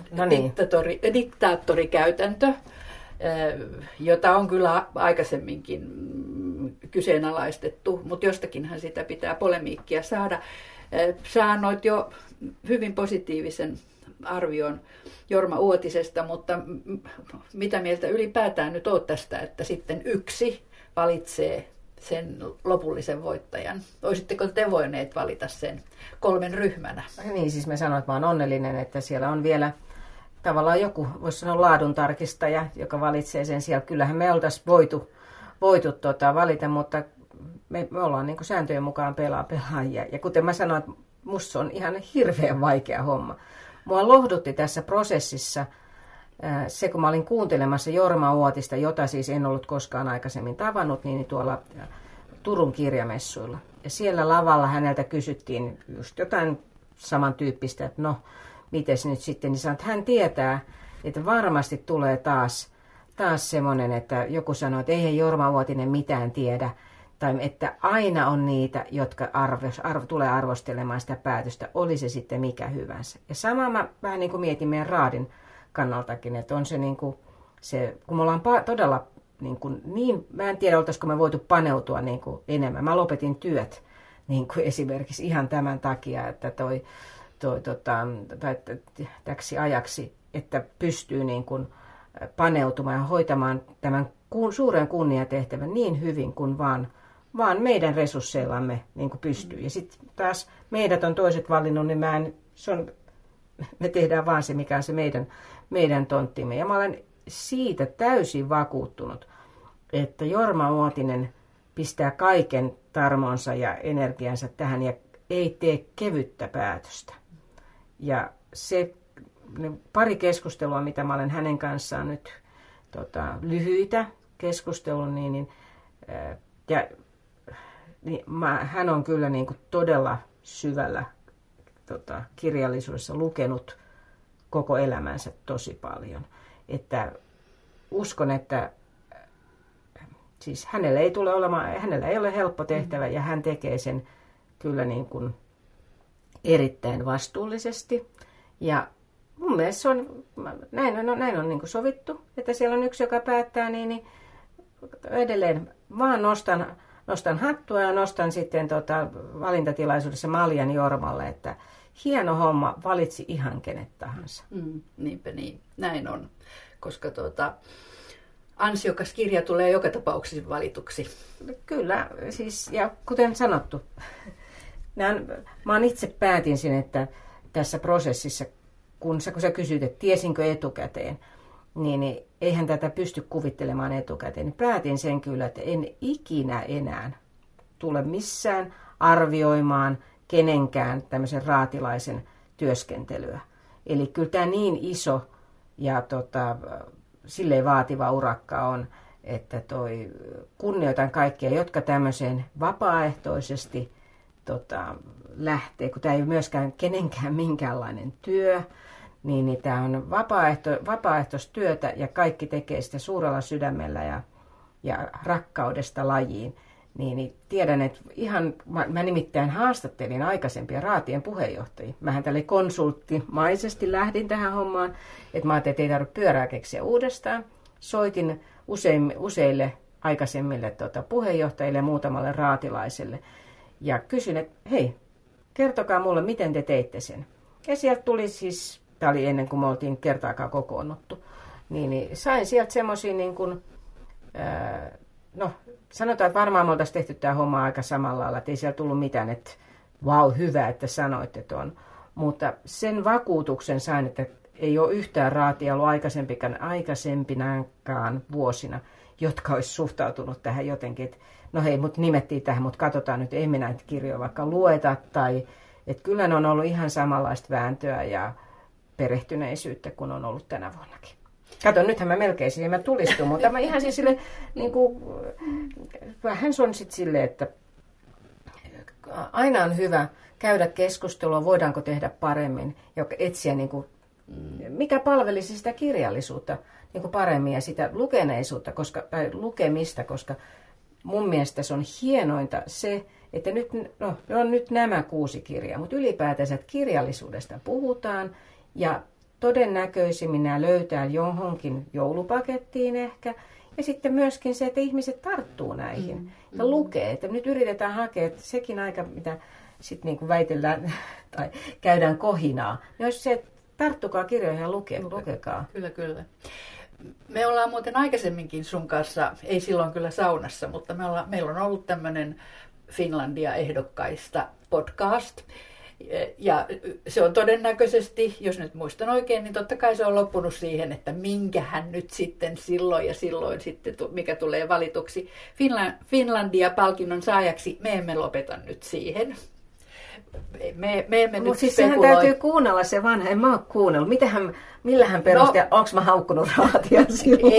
diktaattorikäytäntö, jota on kyllä aikaisemminkin kyseenalaistettu, mutta jostakinhan sitä pitää polemiikkia saada. Sä annoit jo hyvin positiivisen arvion Jorma Uotisesta, mutta mitä mieltä ylipäätään nyt oot tästä, että sitten yksi valitsee sen lopullisen voittajan? Olisitteko te voineet valita sen 3 ryhmänä? Niin, siis mä sanoin, että mä oon onnellinen, että siellä on vielä tavallaan joku, voisi sanoa laaduntarkistaja, joka valitsee sen siellä. Kyllähän me oltaisiin voitu valita, mutta me ollaan niin kuin sääntöjen mukaan pelaajia. Ja kuten mä sanoin, että musta on ihan hirveän vaikea homma. Mua lohdutti tässä prosessissa se, kun mä olin kuuntelemassa Jorma Uotista, jota siis en ollut koskaan aikaisemmin tavannut, niin tuolla Turun kirjamessuilla. Ja siellä lavalla häneltä kysyttiin just jotain samantyyppistä, että no, mites nyt sitten, niin sanoi, että hän tietää, että varmasti tulee taas semmoinen, että joku sanoo, että eihän Jorma Uotinen mitään tiedä, tai että aina on niitä, jotka tulee arvostelemaan sitä päätöstä, oli se sitten mikä hyvänsä. Ja sama mä vähän niin kuin mietin meidän raadin kannaltakin, että on se niin kuin se, kun me ollaan todella niin mä en tiedä, oltaisiko me voitu paneutua niin kuin enemmän. Mä lopetin työt niin kuin esimerkiksi ihan tämän takia, että täksi ajaksi, että pystyy niin kuin paneutumaan ja hoitamaan tämän suuren kunniatehtävän niin hyvin kuin vaan meidän resursseillamme niin kuin pystyy. Ja sitten taas meidät on toiset valinnut, niin me tehdään vaan se, mikä on se meidän tonttimme. Ja mä olen siitä täysin vakuuttunut, että Jorma Uotinen pistää kaiken tarmonsa ja energiansa tähän ja ei tee kevyttä päätöstä. Ja se pari keskustelua, mitä mä olen hänen kanssaan nyt lyhyitä keskustelua, hän on kyllä niin kuin todella syvällä kirjallisuudessa lukenut koko elämänsä tosi paljon. Että uskon, että siis hänellä ei ole helppo tehtävä ja hän tekee sen kyllä niin kuin erittäin vastuullisesti. Ja mun mielestä se on, näin on niin kuin sovittu, että siellä on yksi, joka päättää, niin edelleen vaan nostan hattua ja nostan sitten valintatilaisuudessa Maljan Jormalle, että hieno homma, valitsi ihan kenet tahansa. Niinpä niin, näin on, koska ansiokas kirja tulee joka tapauksessa valituksi. Kyllä, siis, ja kuten sanottu, mä itse päätin sen, että tässä prosessissa, kun sä kysyt, että tiesinkö etukäteen, niin eihän tätä pysty kuvittelemaan etukäteen. Niin päätin sen kyllä, että en ikinä enää tule missään arvioimaan kenenkään tämmöisen raatilaisen työskentelyä. Eli kyllä tämä niin iso ja silleen vaativa urakka on, että kunnioitan kaikkia, jotka tämmöiseen vapaaehtoisesti lähtee, kun tämä ei myöskään kenenkään minkäänlainen työ, niin tämä on vapaaehtoistyötä ja kaikki tekee sitä suurella sydämellä ja rakkaudesta lajiin. Niin tiedän, että mä nimittäin haastattelin aikaisempia raatien puheenjohtajia. Mähän tälle konsulttimaisesti lähdin tähän hommaan, että mä ajattelin, että ei tarvitse pyörää keksiä uudestaan. Soitin useille aikaisemmille puheenjohtajille ja muutamalle raatilaiselle ja kysyin, että hei, kertokaa mulle, miten te teitte sen. Ja sieltä tuli siis, tämä oli ennen kuin me oltiin kertaakaan kokoonnuttu, niin sain sieltä semmoisia niin kuin, sanotaan, että varmaan me oltaisiin tehty tämä homma aika samalla lailla, että ei siellä tullut mitään, että vau, hyvä, että sanoitte tuon. Mutta sen vakuutuksen sain, että ei ole yhtään raatia ollut aikaisempinakaan vuosina, jotka olisi suhtautunut tähän jotenkin, että no hei, mut nimettiin tähän, mutta katsotaan nyt, ei me näitä kirjoja vaikka lueta, tai että kyllä ne on ollut ihan samanlaista vääntöä ja perehtyneisyyttä kuin on ollut tänä vuonnakin. Kato, nythän mä melkein siihen mä tulistun, mutta mä ihan siis sille, niin kuin, vähän se on sitten silleen, että aina on hyvä käydä keskustelua, voidaanko tehdä paremmin ja etsiä, niin kuin, mikä palvelisi sitä kirjallisuutta niin kuin paremmin ja sitä lukeneisuutta, lukemista, koska mun mielestä se on hienointa se, että nyt nämä 6 kirjaa, mutta ylipäätänsä kirjallisuudesta puhutaan ja todennäköisimmin nämä löytää johonkin joulupakettiin ehkä. Ja sitten myöskin se, että ihmiset tarttuu näihin ja lukee. Että nyt yritetään hakea, että sekin aika, mitä sitten niin kuin väitellään tai käydään kohinaa, niin olisi se, että tarttukaa kirjoihin ja lukekaa. Kyllä. Me ollaan muuten aikaisemminkin sun kanssa, ei silloin kyllä saunassa, mutta meillä on ollut tämmöinen Finlandia-ehdokkaista podcast. Ja se on todennäköisesti, jos nyt muistan oikein, niin totta kai se on loppunut siihen, että minkähän nyt sitten silloin ja silloin sitten, mikä tulee valituksi Finlandia-palkinnon saajaksi, me emme lopeta nyt siihen. Me emme nyt siis sehän täytyy kuunnella se vanha, en mä ole kuunnellut. Millähän perusteella, onko mä haukkunut raatia silloin?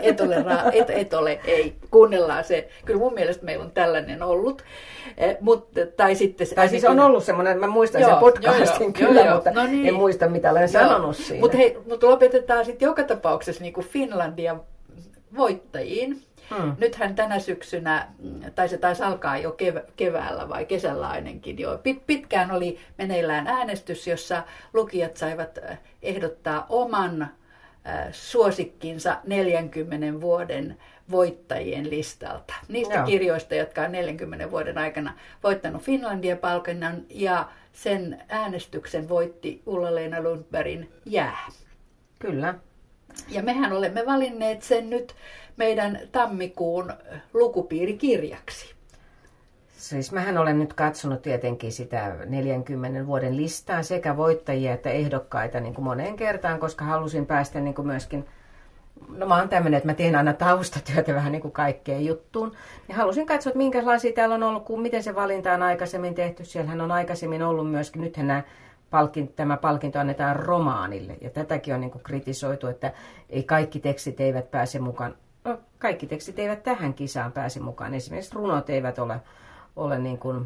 Et ole, ei. Kuunnellaan se. Kyllä mun mielestä meillä on tällainen ollut. Tai siis on ollut semmoinen, että mä muistan sen podcastin kyllä, mutta en muista mitä olen sanonut siinä. Mutta lopetetaan sitten joka tapauksessa niin kuin Finlandia voittajiin. Nythän tänä syksynä, tai se taisi alkaa jo keväällä vai kesällä ainakin jo, pitkään oli meneillään äänestys, jossa lukijat saivat ehdottaa oman suosikkinsa 40 vuoden voittajien listalta. Niistä kirjoista, jotka on 40 vuoden aikana voittanut Finlandia-palkinnon, ja sen äänestyksen voitti Ulla-Leena Lundbergin Jää. Kyllä. Ja mehän olemme valinneet sen nyt meidän tammikuun lukupiirikirjaksi. Siis mähän olen nyt katsonut tietenkin sitä 40 vuoden listaa sekä voittajia että ehdokkaita niin kuin moneen kertaan, koska halusin päästä niin kuin myöskin, mä oon tämmöinen, että mä teen aina taustatyötä vähän niin kuin kaikkeen juttuun. Ja halusin katsoa, että minkälaisia täällä on ollut, miten se valinta on aikaisemmin tehty. Siellähän on aikaisemmin ollut myöskin, nythän tämä palkinto annetaan romaanille. Ja tätäkin on niin kuin kritisoitu, että ei kaikki tekstit eivät pääse mukaan. No, kaikki tekstit eivät tähän kisaan pääse mukaan. Esimerkiksi runot eivät ole niin kuin,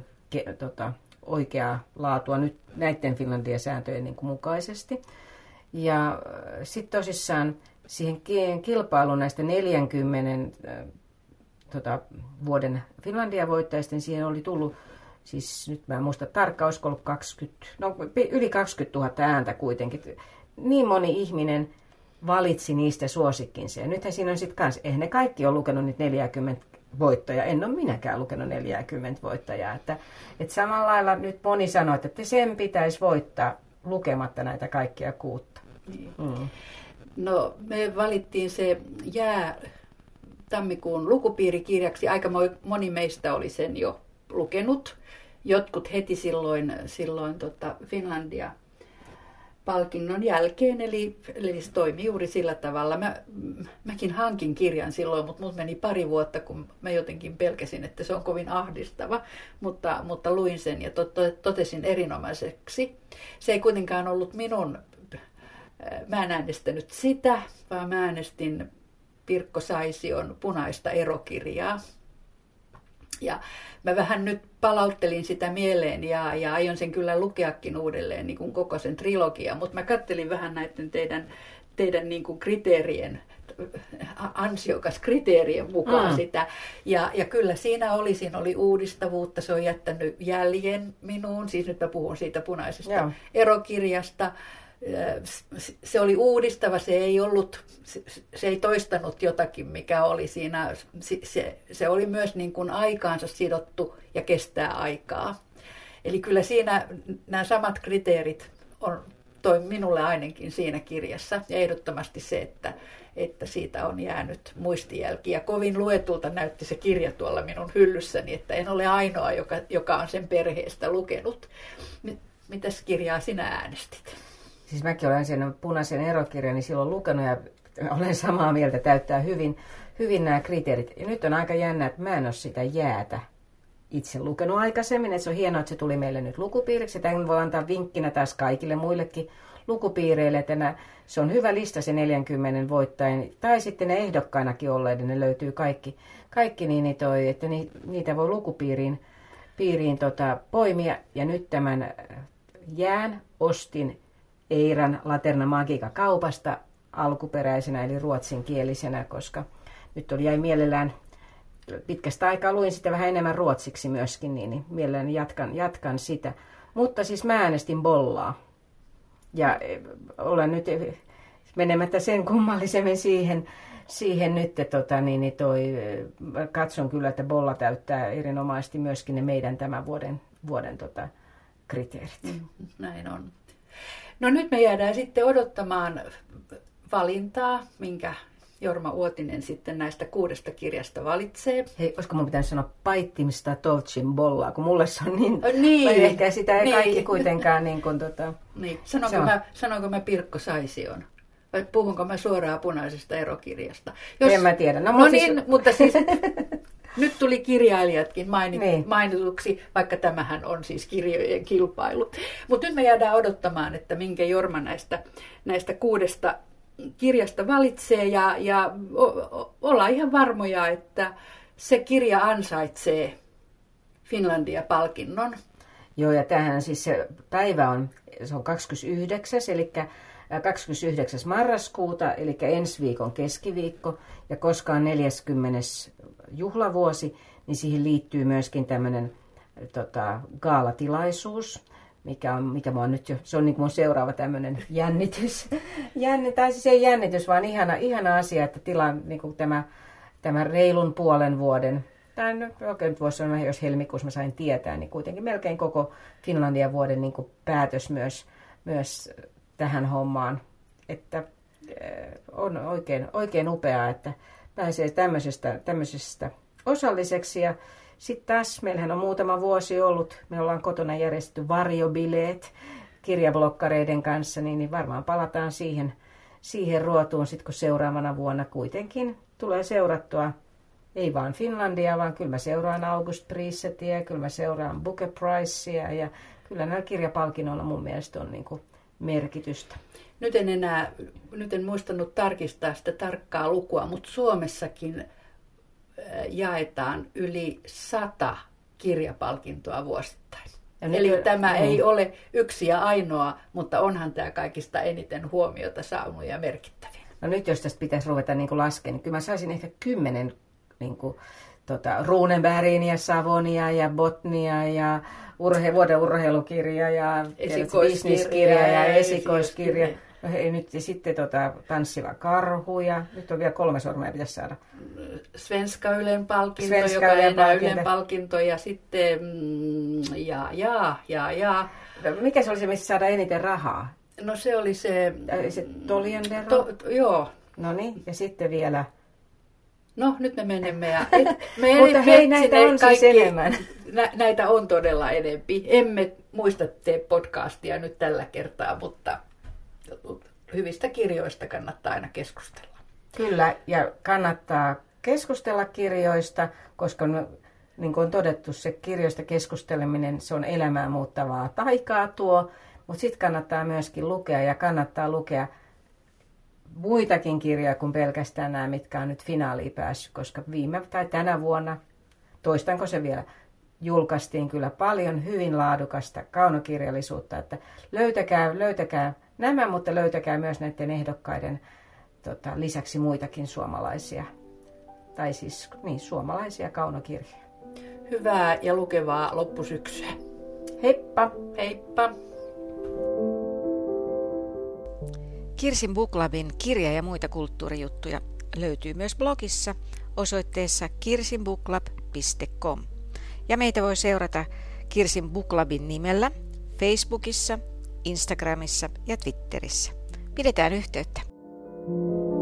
oikeaa laatua nyt näiden Finlandia-sääntöjen niin kuin mukaisesti. Ja sitten tosissaan siihen kilpailuun näistä 40 vuoden Finlandia-voittajista, niin siihen oli tullut, siis nyt mä en muista tarkkaan, olisiko ollut yli 20 000 ääntä kuitenkin. Niin moni ihminen valitsi niistä suosikkinsa. Ja nythän siinä on sitten kanssa, eihän ne kaikki ole lukenut nyt 40 voittajaa. En ole minäkään lukenut 40 voittajaa. Että samalla lailla nyt moni sanoo, että sen pitäisi voittaa lukematta näitä kaikkia 6. No, me valittiin se Jää tammikuun lukupiirikirjaksi. Aika moni meistä oli sen jo lukenut. Jotkut heti silloin Finlandia palkinnon jälkeen, eli se toimi juuri sillä tavalla. Mäkin hankin kirjan silloin, mutta mut meni pari vuotta, kun mä jotenkin pelkäsin, että se on kovin ahdistava, mutta luin sen ja totesin erinomaiseksi. Se ei kuitenkaan ollut minun Mä en äänestänyt sitä, vaan mä äänestin Pirkko Saision Punaista erokirjaa. Ja mä vähän nyt palauttelin sitä mieleen ja aion sen kyllä lukeakin uudelleen niin kuin koko sen trilogia, mutta mä kattelin vähän näiden teidän niin kuin kriteerien, ansiokas kriteerien mukaan sitä. Ja kyllä siinä oli uudistavuutta, se on jättänyt jäljen minuun, siis nyt mä puhun siitä Punaisesta erokirjasta. Se oli uudistava, se ei toistanut jotakin, mikä oli siinä. Se oli myös niin kuin aikaansa sidottu ja kestää aikaa. Eli kyllä siinä nämä samat kriteerit toi minulle ainakin siinä kirjassa. Ja ehdottomasti se, että siitä on jäänyt muistijälki. Ja kovin luetulta näytti se kirja tuolla minun hyllyssäni, että en ole ainoa, joka on sen perheestä lukenut. Mitäs kirjaa sinä äänestit? Siis mäkin olen sen Punaisen erokirjan silloin lukenut ja olen samaa mieltä, täyttää hyvin nämä kriteerit. Ja nyt on aika jännä, että mä en ole sitä jäätä itse lukenut aikaisemmin. Että se on hienoa, että se tuli meille nyt lukupiiriksi. Tämän voi antaa vinkkinä taas kaikille muillekin lukupiireille, että se on hyvä lista se 40 voittajien. Tai sitten ne ehdokkainakin olleiden, ne löytyy kaikki niin että niitä voi lukupiiriin poimia. Ja nyt tämän jään ostin Eiran Laterna Magica kaupasta alkuperäisenä eli ruotsinkielisenä, koska nyt jäi mielellään pitkästä aikaa luin sitä vähän enemmän ruotsiksi myöskin, niin mielelläni jatkan sitä. Mutta siis mä äänestin Bollaa. Ja olen nyt menemättä sen kummallisemmin siihen nyt, katson kyllä, että Bolla täyttää erinomaisesti myöskin ne meidän tämän vuoden kriteerit. Näin on. No nyt me jäädään sitten odottamaan valintaa, minkä Jorma Uotinen sitten näistä 6 kirjasta valitsee. Hei, olisiko mun pitänyt sanoa Paittimista Tolchin Bollaa, kun mulle se on niin ehkä sitä ei kaikki kuitenkaan niin kuin Niin. Sanonko mä Pirkko Saision? Vai puhunko mä suoraan Punaisesta erokirjasta? En mä tiedä. Mutta siis nyt tuli kirjailijatkin mainituksi, vaikka tämähän on siis kirjojen kilpailu. Mutta nyt me jäädään odottamaan, että minkä Jorma näistä 6 kirjasta valitsee ja ollaan ihan varmoja, että se kirja ansaitsee Finlandia-palkinnon. Joo, ja tämähän siis se päivä on 29. eli 29. marraskuuta, eli ensi viikon keskiviikko, ja koska on 40. juhlavuosi, niin siihen liittyy myöskin tämmöinen gaalatilaisuus, mikä mua nyt jo, se on niin kuin mun seuraava tämmöinen jännitys. Tai siis ei jännitys, vaan ihana asia, että tilaan niin kuin tämä reilun puolen vuoden, tai nyt voisi sanoa, jos helmikuussa mä sain tietää, niin kuitenkin melkein koko Finlandia vuoden niin kuin päätös myös tähän hommaan. Että on oikein upeaa, että pääsee tämmöisestä osalliseksi. Ja sitten taas, meillähän on muutama vuosi ollut, me ollaan kotona järjestetty varjobileet kirjablokkareiden kanssa, niin varmaan palataan siihen ruotuun sitten, kun seuraavana vuonna kuitenkin tulee seurattua, ei vaan Finlandia, vaan kyllä mä seuraan August Prisettiä, kyllä mä seuraan Booker Pricea, ja kyllä näillä kirjapalkinnoilla mun mielestä on niin kuin merkitystä. Nyt en muistanut tarkistaa sitä tarkkaa lukua, mutta Suomessakin jaetaan yli 100 kirjapalkintoa vuosittain. Eli tämä ei ole yksi ja ainoa, mutta onhan tämä kaikista eniten huomiota saanut ja merkittävin. No nyt jos tästä pitäisi ruveta niin laskemaan, niin kyllä mä saisin ehkä 10 niin Runebergin ja Savonia ja Botnia ja vuoden urheilukirja ja businesskirja ja esikoiskirja. No hei, nyt sitten Tanssiva karhu ja nyt on vielä 3 sormea pitäisi saada. Svenska Ylen palkinto, joka ei enää Ylen palkinto ja sitten Mikä se oli se, missä saadaan eniten rahaa? No se oli se Toljendero? Joo. No niin, ja sitten vielä. No nyt me menemme Mutta hei, näitä on siis enemmän. Näitä on todella enempi. Emme muista tee podcastia nyt tällä kertaa, mutta hyvistä kirjoista kannattaa aina keskustella. Kyllä, ja kannattaa keskustella kirjoista, koska niin kuin on todettu, se kirjoista keskusteleminen, se on elämää muuttavaa taikaa tuo, mutta sitten kannattaa myöskin lukea, ja kannattaa lukea muitakin kirjoja kuin pelkästään nämä, mitkä on nyt finaaliin päässyt, koska tänä vuonna, toistanko se vielä, julkaistiin kyllä paljon hyvin laadukasta kaunokirjallisuutta, että löytäkää nämä, mutta löytäkää myös näiden ehdokkaiden lisäksi muitakin suomalaisia, tai siis suomalaisia kaunokirjoja. Hyvää ja lukevaa loppusyksyä. Heippa! Heippa! Kirsin Book Clubin kirja- ja muita kulttuurijuttuja löytyy myös blogissa osoitteessa kirsinbookclub.com. Ja meitä voi seurata Kirsin Book Clubin nimellä Facebookissa, Instagramissa ja Twitterissä. Pidetään yhteyttä.